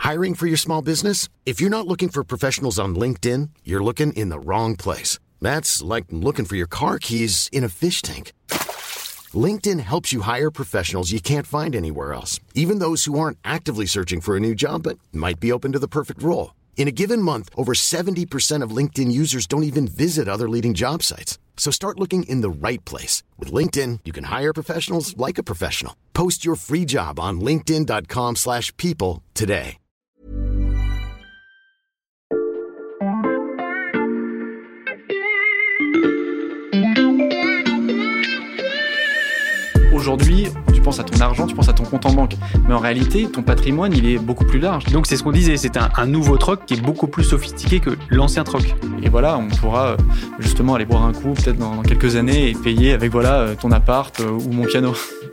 Hiring for your small business? If you're not looking for professionals on LinkedIn, you're looking in the wrong place. That's like looking for your car keys in a fish tank. LinkedIn helps you hire professionals you can't find anywhere else, even those who aren't actively searching for a new job but might be open to the perfect role. In a given month, over 70% of LinkedIn users don't even visit other leading job sites. So start looking in the right place. With LinkedIn, you can hire professionals like a professional. Post your free job on linkedin.com/people today. Aujourd'hui, tu penses à ton argent, tu penses à ton compte en banque. Mais en réalité, ton patrimoine, il est beaucoup plus large. Donc c'est ce qu'on disait, c'est un nouveau troc qui est beaucoup plus sophistiqué que l'ancien troc. Et voilà, on pourra justement aller boire un coup peut-être dans quelques années et payer avec ton appart ou mon piano.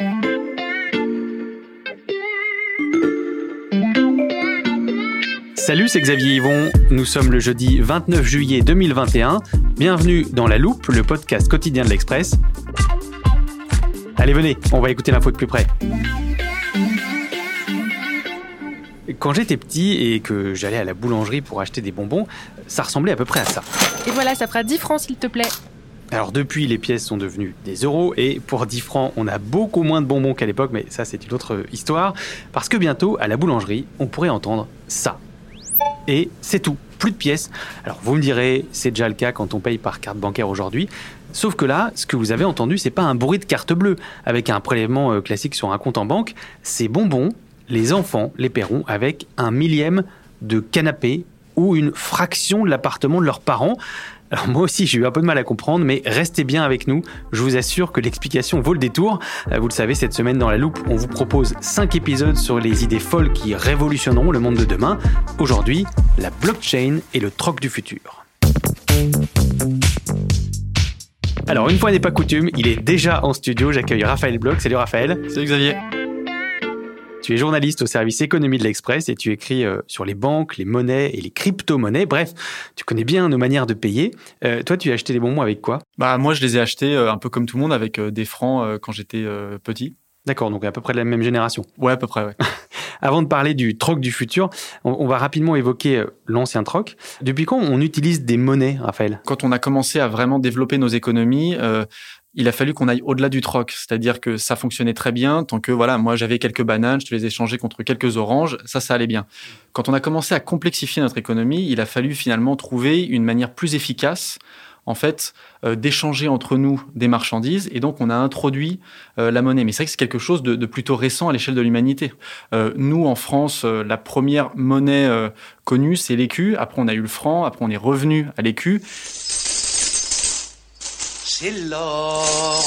Salut, c'est Xavier Yvon. Nous sommes le jeudi 29 juillet 2021. Bienvenue dans La Loupe, le podcast quotidien de l'Express. Allez, venez, on va écouter l'info de plus près. Quand j'étais petit et que j'allais à la boulangerie pour acheter des bonbons, ça ressemblait à peu près à ça. Et voilà, ça fera 10 francs s'il te plaît. Alors depuis, les pièces sont devenues des euros et pour 10 francs, on a beaucoup moins de bonbons qu'à l'époque, mais ça c'est une autre histoire, parce que bientôt, à la boulangerie, on pourrait entendre ça. Et c'est tout, plus de pièces. Alors vous me direz, c'est déjà le cas quand on paye par carte bancaire aujourd'hui. Sauf que là, ce que vous avez entendu, c'est pas un bruit de carte bleue avec un prélèvement classique sur un compte en banque. Ces bonbons, les enfants les paieront avec 1/1000 de canapé ou une fraction de l'appartement de leurs parents. Alors moi aussi, j'ai eu un peu de mal à comprendre, mais restez bien avec nous. Je vous assure que l'explication vaut le détour. Vous le savez, cette semaine dans La Loupe, on vous propose 5 épisodes sur les idées folles qui révolutionneront le monde de demain. Aujourd'hui, la blockchain et le troc du futur. Alors, une fois n'est pas coutume, il est déjà en studio. J'accueille Raphaël Bloch. Salut Raphaël. Salut Xavier. Tu es journaliste au service économie de l'Express et tu écris sur les banques, les monnaies et les crypto-monnaies. Bref, tu connais bien nos manières de payer. Toi, tu as acheté des bonbons avec quoi ? Moi, je les ai achetés un peu comme tout le monde avec des francs quand j'étais petit. D'accord, donc à peu près de la même génération. Ouais, à peu près, ouais. Avant de parler du troc du futur, on va rapidement évoquer l'ancien troc. Depuis quand on utilise des monnaies, Raphaël ? Quand on a commencé à vraiment développer nos économies, il a fallu qu'on aille au-delà du troc. C'est-à-dire que ça fonctionnait très bien tant que, moi, j'avais quelques bananes, je te les échangeais contre quelques oranges, ça allait bien. Quand on a commencé à complexifier notre économie, il a fallu finalement trouver une manière plus efficace d'échanger entre nous des marchandises, et donc on a introduit la monnaie. Mais c'est vrai que c'est quelque chose de plutôt récent à l'échelle de l'humanité. Nous, en France, la première monnaie connue, c'est l'écu. Après, on a eu le franc. Après, on est revenu à l'écu. C'est l'or.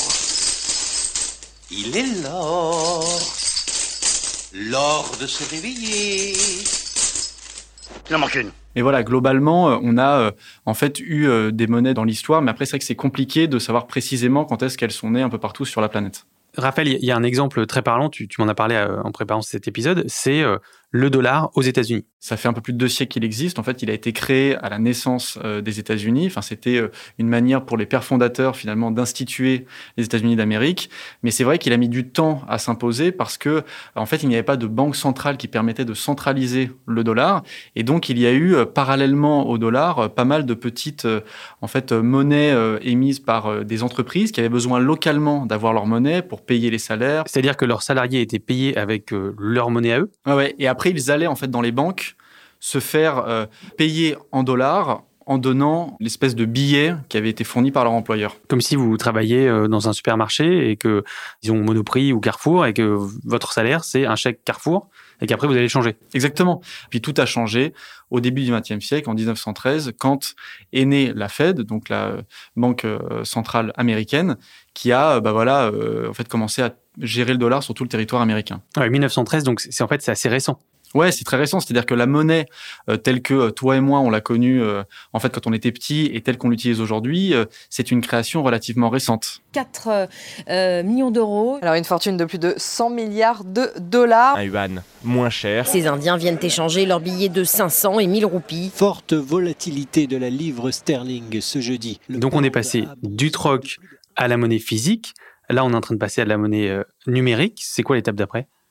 Il est l'or. L'or de se réveiller. Il en manque une. Mais voilà, globalement, on a eu des monnaies dans l'histoire, mais après, c'est vrai que c'est compliqué de savoir précisément quand est-ce qu'elles sont nées un peu partout sur la planète. Raphaël, il y a un exemple très parlant, tu m'en as parlé en préparant cet épisode, c'est le dollar aux États-Unis. Ça fait un peu plus de 2 siècles qu'il existe. En fait, il a été créé à la naissance des États-Unis. C'était une manière pour les pères fondateurs, finalement, d'instituer les États-Unis d'Amérique. Mais c'est vrai qu'il a mis du temps à s'imposer parce que, en fait, il n'y avait pas de banque centrale qui permettait de centraliser le dollar. Et donc, il y a eu, parallèlement au dollar, pas mal de petites, monnaies émises par des entreprises qui avaient besoin localement d'avoir leur monnaie pour payer les salaires. C'est-à-dire que leurs salariés étaient payés avec leur monnaie à eux ? Ouais. Et après, ils allaient, dans les banques se faire payer en dollars en donnant l'espèce de billet qui avait été fourni par leur employeur. Comme si vous travailliez dans un supermarché et que, disons, Monoprix ou Carrefour, et que votre salaire, c'est un chèque Carrefour, et qu'après, vous allez changer. Exactement. Puis tout a changé au début du XXe siècle, en 1913, quand est née la Fed, donc la Banque centrale américaine, qui a commencé à gérer le dollar sur tout le territoire américain. Ouais, 1913, donc c'est assez récent. Ouais, c'est très récent. C'est-à-dire que la monnaie telle que toi et moi, on l'a connue quand on était petit et telle qu'on l'utilise aujourd'hui, c'est une création relativement récente. 4 millions d'euros. Alors une fortune de plus de 100 milliards de dollars. Un yuan moins cher. Ces Indiens viennent échanger leurs billets de 500 et 1000 roupies. Forte volatilité de la livre sterling ce jeudi. Donc on est passé du troc à la monnaie physique. Là, on est en train de passer à la monnaie numérique. C'est quoi l'étape d'après ?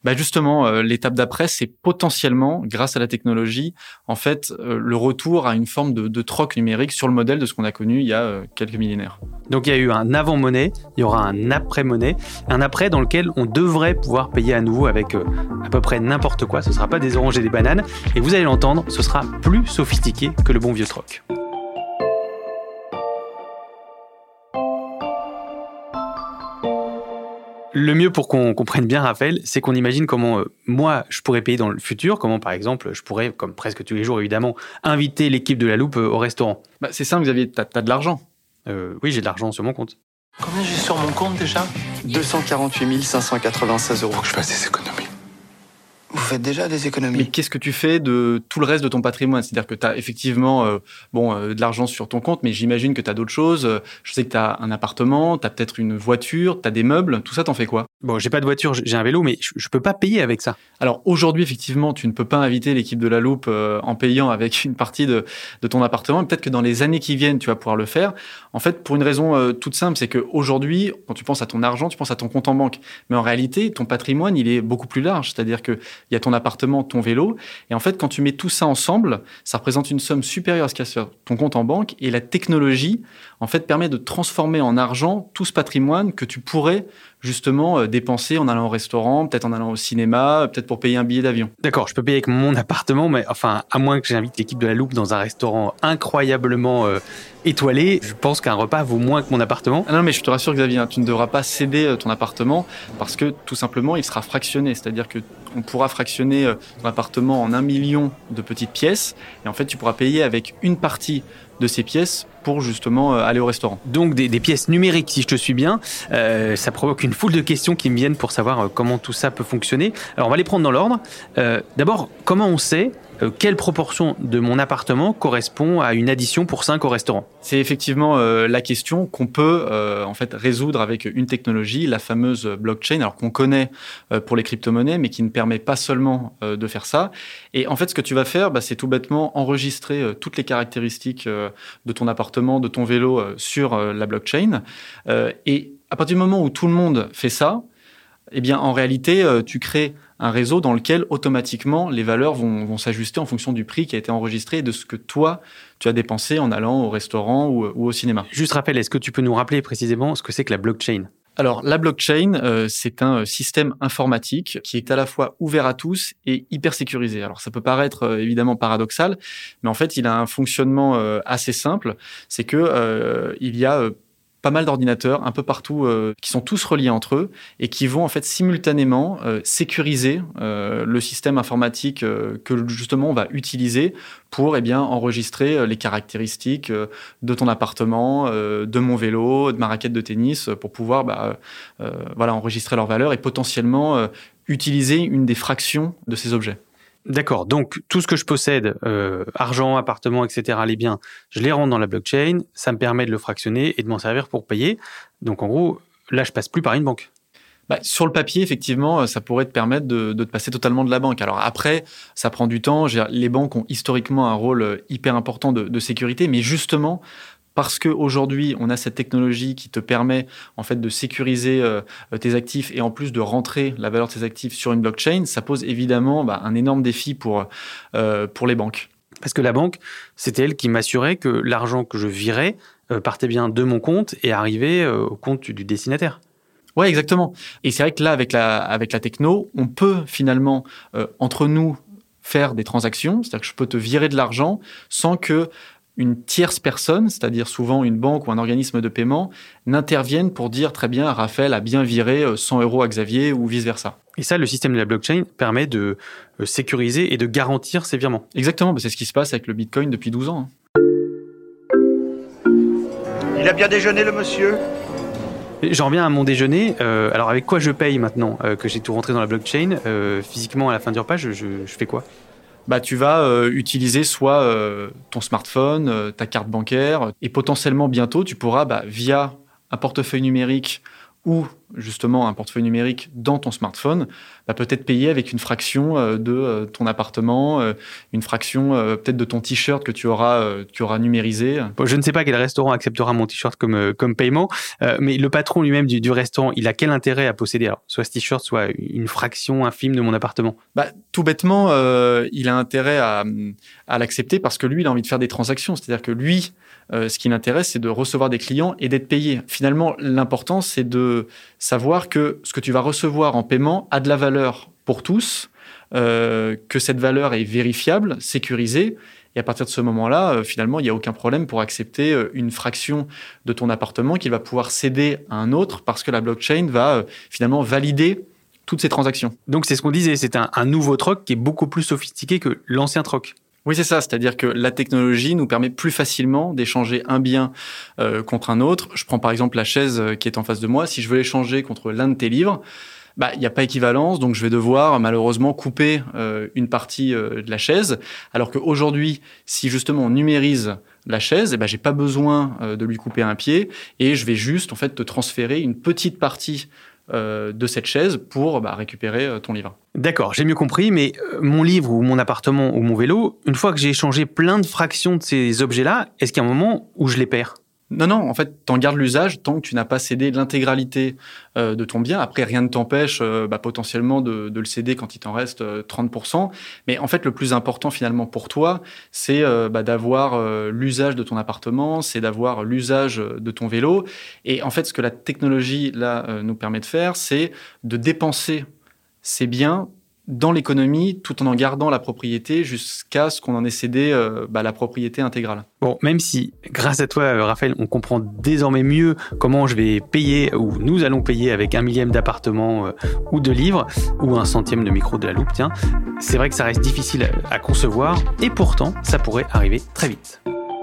Bah justement, l'étape d'après, c'est potentiellement, grâce à la technologie, en fait, le retour à une forme de troc numérique sur le modèle de ce qu'on a connu il y a quelques millénaires. Donc il y a eu un avant-monnaie, il y aura un après-monnaie, un après dans lequel on devrait pouvoir payer à nouveau avec à peu près n'importe quoi. Ce ne sera pas des oranges et des bananes. Et vous allez l'entendre, ce sera plus sophistiqué que le bon vieux troc. Le mieux pour qu'on comprenne bien, Raphaël, c'est qu'on imagine comment moi, je pourrais payer dans le futur, comment par exemple, je pourrais, comme presque tous les jours évidemment, inviter l'équipe de La Loupe au restaurant. Bah, c'est simple, Xavier, t'as de l'argent. Oui, j'ai de l'argent sur mon compte. Combien j'ai sur mon compte déjà ? 248 596 €. Faut que je fasse des économies. Vous faites déjà des économies ? Mais qu'est-ce que tu fais de tout le reste de ton patrimoine ? C'est-à-dire que tu as effectivement de l'argent sur ton compte, mais j'imagine que tu as d'autres choses. Je sais que tu as un appartement, tu as peut-être une voiture, tu as des meubles. Tout ça, t'en fais quoi ? Bon, j'ai pas de voiture, j'ai un vélo, mais je peux pas payer avec ça. Alors aujourd'hui, effectivement, tu ne peux pas inviter l'équipe de La Loupe en payant avec une partie de ton appartement. Et peut-être que dans les années qui viennent, tu vas pouvoir le faire. En fait, pour une raison toute simple, c'est qu'aujourd'hui, quand tu penses à ton argent, tu penses à ton compte en banque. Mais en réalité, ton patrimoine, il est beaucoup plus large. C'est-à-dire qu'il y a ton appartement, ton vélo. Et en fait, quand tu mets tout ça ensemble, ça représente une somme supérieure à ce qu'il y a sur ton compte en banque. Et la technologie, en fait, permet de transformer en argent tout ce patrimoine que tu pourrais justement dépenser en allant au restaurant, peut-être en allant au cinéma, peut-être pour payer un billet d'avion. D'accord, je peux payer avec mon appartement, mais enfin, à moins que j'invite l'équipe de La Loupe dans un restaurant incroyablement étoilé, je pense qu'un repas vaut moins que mon appartement. Ah non, mais je te rassure, Xavier, tu ne devras pas céder ton appartement parce que tout simplement, il sera fractionné. C'est-à-dire que on pourra fractionner ton appartement en 1 million de petites pièces et en fait, tu pourras payer avec une partie de ces pièces pour justement aller au restaurant. Donc des pièces numériques, si je te suis bien. Ça provoque une foule de questions qui me viennent pour savoir comment tout ça peut fonctionner. Alors on va les prendre dans l'ordre. D'abord, comment on sait quelle proportion de mon appartement correspond à une addition pour 5 au restaurant ? C'est effectivement la question qu'on peut en fait résoudre avec une technologie, la fameuse blockchain, alors qu'on connaît pour les crypto-monnaies, mais qui ne permet pas seulement de faire ça. Et en fait, ce que tu vas faire, c'est tout bêtement enregistrer toutes les caractéristiques de ton appartement, de ton vélo sur la blockchain. Et à partir du moment où tout le monde fait ça, eh bien, en réalité, tu crées un réseau dans lequel, automatiquement, les valeurs vont s'ajuster en fonction du prix qui a été enregistré et de ce que toi, tu as dépensé en allant au restaurant ou au cinéma. Juste rappel, est-ce que tu peux nous rappeler précisément ce que c'est que la blockchain ? Alors, la blockchain, c'est un système informatique qui est à la fois ouvert à tous et hyper sécurisé. Alors, ça peut paraître évidemment paradoxal, mais en fait, il a un fonctionnement assez simple. C'est que il y a pas mal d'ordinateurs un peu partout qui sont tous reliés entre eux et qui vont en fait simultanément sécuriser le système informatique que justement on va utiliser pour enregistrer les caractéristiques de ton appartement, de mon vélo, de ma raquette de tennis pour pouvoir enregistrer leurs valeurs et potentiellement utiliser une des fractions de ces objets. D'accord, donc tout ce que je possède, argent, appartement, etc., les biens, je les rentre dans la blockchain, ça me permet de le fractionner et de m'en servir pour payer. Donc en gros, là, je passe plus par une banque. Sur le papier, effectivement, ça pourrait te permettre de te passer totalement de la banque. Alors après, ça prend du temps. Les banques ont historiquement un rôle hyper important de sécurité, mais justement, parce qu'aujourd'hui, on a cette technologie qui te permet en fait de sécuriser tes actifs et en plus de rentrer la valeur de tes actifs sur une blockchain, ça pose évidemment un énorme défi pour les banques. Parce que la banque, c'était elle qui m'assurait que l'argent que je virais partait bien de mon compte et arrivait au compte du destinataire. Ouais, exactement. Et c'est vrai que là, avec la techno, on peut finalement, entre nous, faire des transactions. C'est-à-dire que je peux te virer de l'argent sans que une tierce personne, c'est-à-dire souvent une banque ou un organisme de paiement, n'intervienne pour dire très bien, Raphaël a bien viré 100 € à Xavier ou vice-versa. Et ça, le système de la blockchain permet de sécuriser et de garantir ces virements. Exactement, c'est ce qui se passe avec le Bitcoin depuis 12 ans. Il a bien déjeuné, le monsieur ? J'en reviens à mon déjeuner. Alors, avec quoi je paye maintenant que j'ai tout rentré dans la blockchain ? Physiquement, à la fin du repas, je fais quoi ? Tu vas utiliser soit ton smartphone, ta carte bancaire, et potentiellement bientôt, tu pourras, via un portefeuille numérique ou justement un portefeuille numérique dans ton smartphone, peut-être payer avec une fraction de ton appartement, une fraction peut-être de ton t-shirt que tu auras numérisé. Bon, je ne sais pas quel restaurant acceptera mon t-shirt comme paiement, mais le patron lui-même du restaurant, il a quel intérêt à posséder soit ce t-shirt, soit une fraction infime de mon appartement? Tout bêtement, il a intérêt à l'accepter parce que lui, il a envie de faire des transactions. C'est-à-dire que lui, ce qui l'intéresse, c'est de recevoir des clients et d'être payé. Finalement, l'important, c'est de savoir que ce que tu vas recevoir en paiement a de la valeur pour tous, que cette valeur est vérifiable, sécurisée. Et à partir de ce moment-là, finalement, il n'y a aucun problème pour accepter une fraction de ton appartement qu'il va pouvoir céder à un autre parce que la blockchain va finalement valider toutes ces transactions. Donc, c'est ce qu'on disait, c'est un nouveau troc qui est beaucoup plus sophistiqué que l'ancien troc. Oui, c'est ça. C'est-à-dire que la technologie nous permet plus facilement d'échanger un bien contre un autre. Je prends par exemple la chaise qui est en face de moi. Si je veux l'échanger contre l'un de tes livres, il n'y a pas équivalence, donc je vais devoir malheureusement couper une partie de la chaise. Alors qu'aujourd'hui, si justement on numérise la chaise, j'ai pas besoin de lui couper un pied et je vais juste en fait te transférer une petite partie de cette chaise pour récupérer ton livre. D'accord, j'ai mieux compris, mais mon livre ou mon appartement ou mon vélo, une fois que j'ai échangé plein de fractions de ces objets-là, est-ce qu'il y a un moment où je les perds ? Non, en fait, t'en gardes l'usage tant que tu n'as pas cédé l'intégralité de ton bien. Après, rien ne t'empêche potentiellement de le céder quand il t'en reste 30%. Mais en fait, le plus important finalement pour toi, c'est d'avoir l'usage de ton appartement, c'est d'avoir l'usage de ton vélo. Et en fait, ce que la technologie là nous permet de faire, c'est de dépenser ces biens dans l'économie, tout en gardant la propriété jusqu'à ce qu'on en ait cédé la propriété intégrale. Bon, même si, grâce à toi, Raphaël, on comprend désormais mieux comment je vais payer, ou nous allons payer avec 1 millième d'appartement ou de livres, ou 1 centième de micro de la loupe, tiens, c'est vrai que ça reste difficile à concevoir, et pourtant, ça pourrait arriver très vite.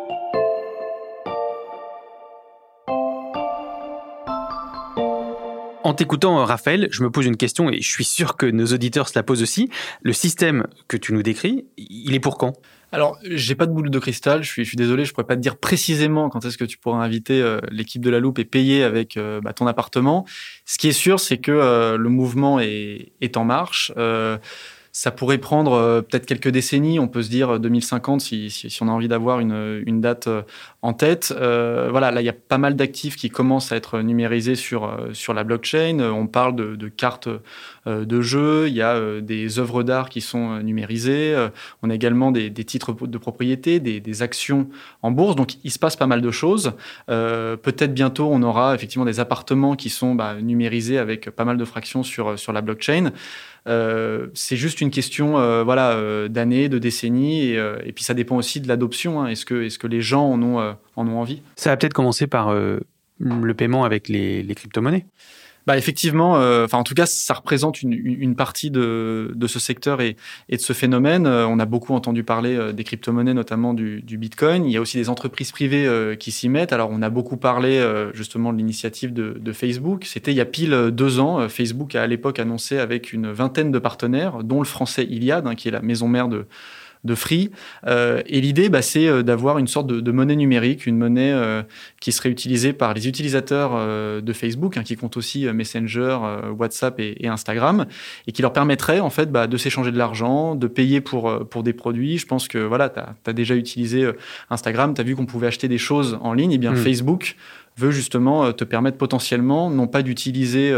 En t'écoutant, Raphaël, je me pose une question et je suis sûr que nos auditeurs se la posent aussi. Le système que tu nous décris, il est pour quand ? Alors, j'ai pas de boule de cristal, je suis désolé, je pourrais pas te dire précisément quand est-ce que tu pourras inviter l'équipe de la Loupe et payer avec ton appartement. Ce qui est sûr, c'est que le mouvement est en marche. Ça pourrait prendre peut-être quelques décennies, on peut se dire 2050 si on a envie d'avoir une date en tête. Là, il y a pas mal d'actifs qui commencent à être numérisés sur la blockchain. On parle de cartes de jeux, il y a des œuvres d'art qui sont numérisées. On a également des titres de propriété, des actions en bourse. Donc, il se passe pas mal de choses. Peut-être bientôt, on aura effectivement des appartements qui sont numérisés avec pas mal de fractions sur la blockchain. C'est juste une question d'années, de décennies et puis ça dépend aussi de l'adoption. Est-ce que les gens en ont envie ? Ça va peut-être commencer par le paiement avec les crypto-monnaies. Effectivement, en tout cas, ça représente une partie de ce secteur et de ce phénomène. On a beaucoup entendu parler des crypto-monnaies, notamment du Bitcoin. Il y a aussi des entreprises privées qui s'y mettent. Alors, on a beaucoup parlé justement de l'initiative de Facebook. C'était il y a pile 2 ans. Facebook a à l'époque annoncé avec une vingtaine de partenaires, dont le français Iliad, qui est la maison mère de Free. Et l'idée, c'est d'avoir une sorte de monnaie numérique, une monnaie qui serait utilisée par les utilisateurs de Facebook, qui comptent aussi Messenger, WhatsApp et Instagram, et qui leur permettrait en fait de s'échanger de l'argent, de payer pour des produits. Je pense que t'as déjà utilisé Instagram, t'as vu qu'on pouvait acheter des choses en ligne. Et bien Facebook veut justement te permettre potentiellement, non pas d'utiliser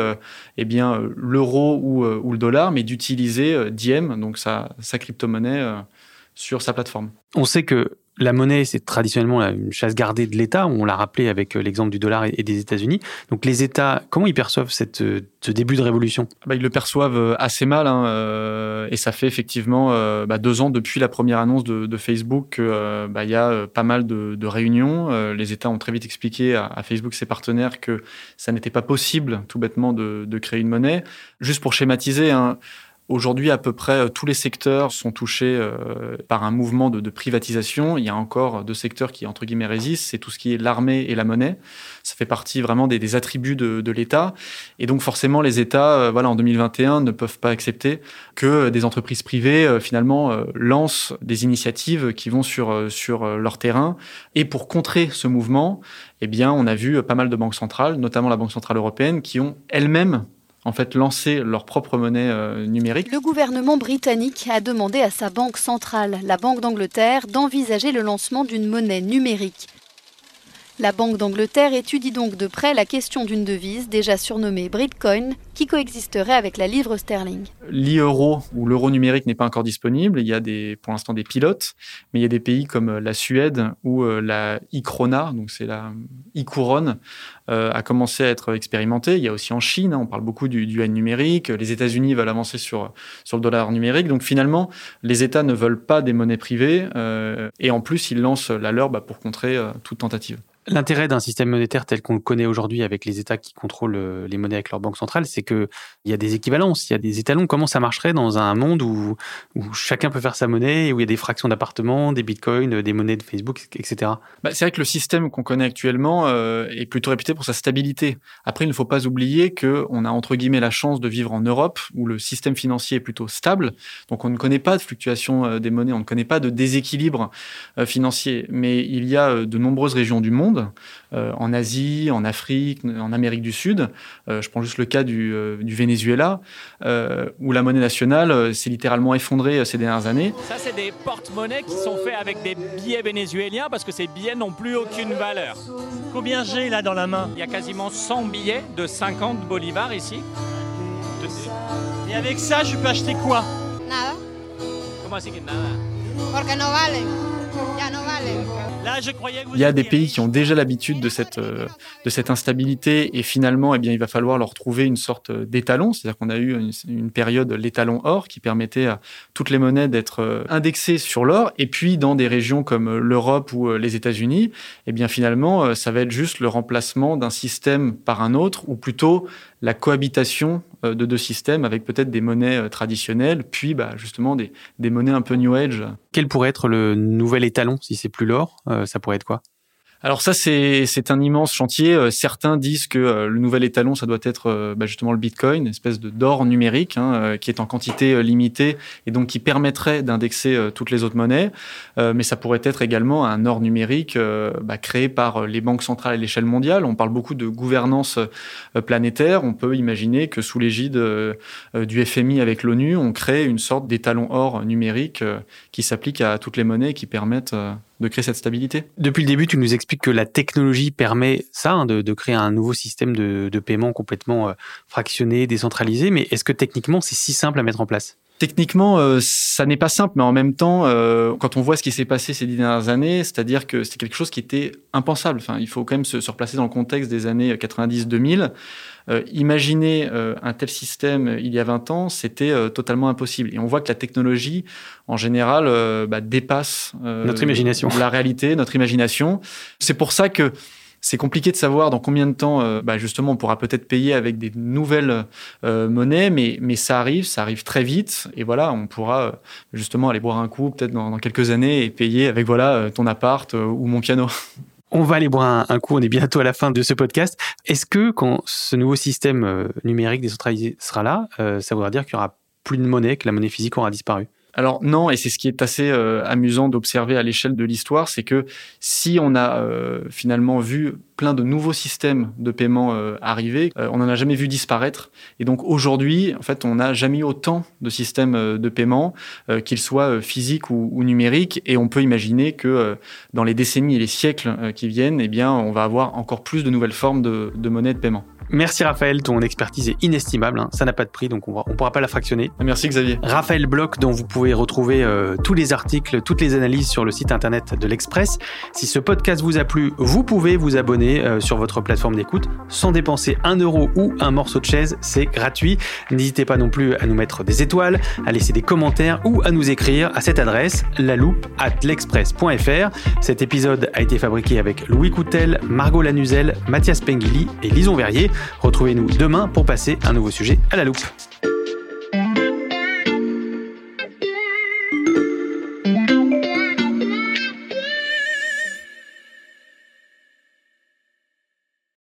l'euro ou le dollar, mais d'utiliser Diem, donc sa crypto-monnaie, sur sa plateforme. On sait que la monnaie, c'est traditionnellement une chasse gardée de l'État. On l'a rappelé avec l'exemple du dollar et des États-Unis. Donc les États, comment ils perçoivent ce début de révolution ? Ils le perçoivent assez mal. Et ça fait effectivement 2 ans depuis la première annonce de Facebook qu'il y a pas mal de réunions. Les États ont très vite expliqué à Facebook, ses partenaires, que ça n'était pas possible, tout bêtement, de créer une monnaie. Juste pour schématiser, Aujourd'hui, à peu près tous les secteurs sont touchés par un mouvement de privatisation. Il y a encore 2 secteurs qui, entre guillemets, résistent. C'est tout ce qui est l'armée et la monnaie. Ça fait partie vraiment des attributs de l'État. Et donc, forcément, les États, en 2021, ne peuvent pas accepter que des entreprises privées, finalement, lancent des initiatives qui vont sur leur terrain. Et pour contrer ce mouvement, eh bien, on a vu pas mal de banques centrales, notamment la Banque centrale européenne, qui ont elles-mêmes lancé leur propre monnaie numérique. Le gouvernement britannique a demandé à sa banque centrale, la Banque d'Angleterre, d'envisager le lancement d'une monnaie numérique. La Banque d'Angleterre étudie donc de près la question d'une devise déjà surnommée Bitcoin, qui coexisterait avec la livre sterling. L'e-euro ou l'euro numérique n'est pas encore disponible. Il y a pour l'instant des pilotes, mais il y a des pays comme la Suède où la e-krona, donc c'est la e-couronne, a commencé à être expérimentée. Il y a aussi en Chine, on parle beaucoup du yuan numérique. Les États-Unis veulent avancer sur le dollar numérique. Donc finalement, les États ne veulent pas des monnaies privées et en plus, ils lancent la leur pour contrer toute tentative. L'intérêt d'un système monétaire tel qu'on le connaît aujourd'hui avec les États qui contrôlent les monnaies avec leur banque centrale, c'est qu'il y a des équivalences, il y a des étalons. Comment ça marcherait dans un monde où chacun peut faire sa monnaie, où il y a des fractions d'appartements, des bitcoins, des monnaies de Facebook, etc. C'est vrai que le système qu'on connaît actuellement est plutôt réputé pour sa stabilité. Après, il ne faut pas oublier qu'on a entre guillemets la chance de vivre en Europe où le système financier est plutôt stable. Donc on ne connaît pas de fluctuation des monnaies, on ne connaît pas de déséquilibre financier. Mais il y a de nombreuses régions du monde, en Asie, en Afrique, en Amérique du Sud. Je prends juste le cas du Venezuela, où la monnaie nationale s'est littéralement effondrée ces dernières années. Ça, c'est des porte-monnaies qui sont faits avec des billets vénézuéliens parce que ces billets n'ont plus aucune valeur. Combien j'ai là dans la main? Il y a quasiment 100 billets de 50 bolivars ici. Et avec ça, je peux acheter quoi? Nada. Comment c'est que nada? Porque no valen. Ya no valen. Là, je croyais que vous il y a des pays qui ont déjà l'habitude de cette instabilité et finalement, il va falloir leur trouver une sorte d'étalon. C'est-à-dire qu'on a eu une période, l'étalon or, qui permettait à toutes les monnaies d'être indexées sur l'or. Et puis, dans des régions comme l'Europe ou les États-Unis, finalement, ça va être juste le remplacement d'un système par un autre, ou plutôt la cohabitation de 2 systèmes avec peut-être des monnaies traditionnelles, puis justement des monnaies un peu New Age. Quel pourrait être le nouvel étalon si c'est plus l'or? Ça pourrait être quoi? Alors ça, c'est un immense chantier. Certains disent que le nouvel étalon, ça doit être justement le Bitcoin, une espèce d'or numérique qui est en quantité limitée et donc qui permettrait d'indexer toutes les autres monnaies. Mais ça pourrait être également un or numérique créé par les banques centrales à l'échelle mondiale. On parle beaucoup de gouvernance planétaire. On peut imaginer que sous l'égide du FMI avec l'ONU, on crée une sorte d'étalon or numérique qui s'applique à toutes les monnaies et qui permettent de créer cette stabilité. Depuis le début, tu nous expliques que la technologie permet ça, de créer un nouveau système de paiement complètement fractionné, décentralisé. Mais est-ce que techniquement, c'est si simple à mettre en place? Techniquement, ça n'est pas simple, mais en même temps, quand on voit ce qui s'est passé ces 10 dernières années, c'est-à-dire que c'est quelque chose qui était impensable. Enfin, il faut quand même se replacer dans le contexte des années 90-2000. Imaginer un tel système il y a 20 ans, c'était totalement impossible. Et on voit que la technologie, en général, dépasse notre imagination. La réalité, notre imagination. C'est pour ça que c'est compliqué de savoir dans combien de temps, justement, on pourra peut-être payer avec des nouvelles monnaies, mais ça arrive très vite. Et voilà, on pourra justement aller boire un coup peut-être dans quelques années et payer avec ton appart ou mon piano. On va aller boire un coup, on est bientôt à la fin de ce podcast. Est-ce que quand ce nouveau système numérique décentralisé sera là, ça voudra dire qu'il n'y aura plus de monnaie, que la monnaie physique aura disparu? Alors non, et c'est ce qui est assez amusant d'observer à l'échelle de l'histoire, c'est que si on a finalement vu plein de nouveaux systèmes de paiement arriver, on n'en a jamais vu disparaître. Et donc aujourd'hui, en fait, on n'a jamais eu autant de systèmes de paiement, qu'ils soient physiques ou numériques. Et on peut imaginer que dans les décennies et les siècles qui viennent, on va avoir encore plus de nouvelles formes de monnaie de paiement. Merci Raphaël, ton expertise est inestimable, ça n'a pas de prix, donc on pourra pas la fractionner. Merci Xavier. Raphaël Bloch, dont vous pouvez retrouver tous les articles, toutes les analyses sur le site internet de l'Express. Si ce podcast vous a plu, vous pouvez vous abonner sur votre plateforme d'écoute sans dépenser 1 euro ou un morceau de chaise, c'est gratuit. N'hésitez pas non plus à nous mettre des étoiles, à laisser des commentaires ou à nous écrire à cette adresse, laloupe@l'express.fr. Cet épisode a été fabriqué avec Louis Coutel, Margot Lanuzel, Mathias Pengili et Lison Verrier. Retrouvez-nous demain pour passer un nouveau sujet à la loupe.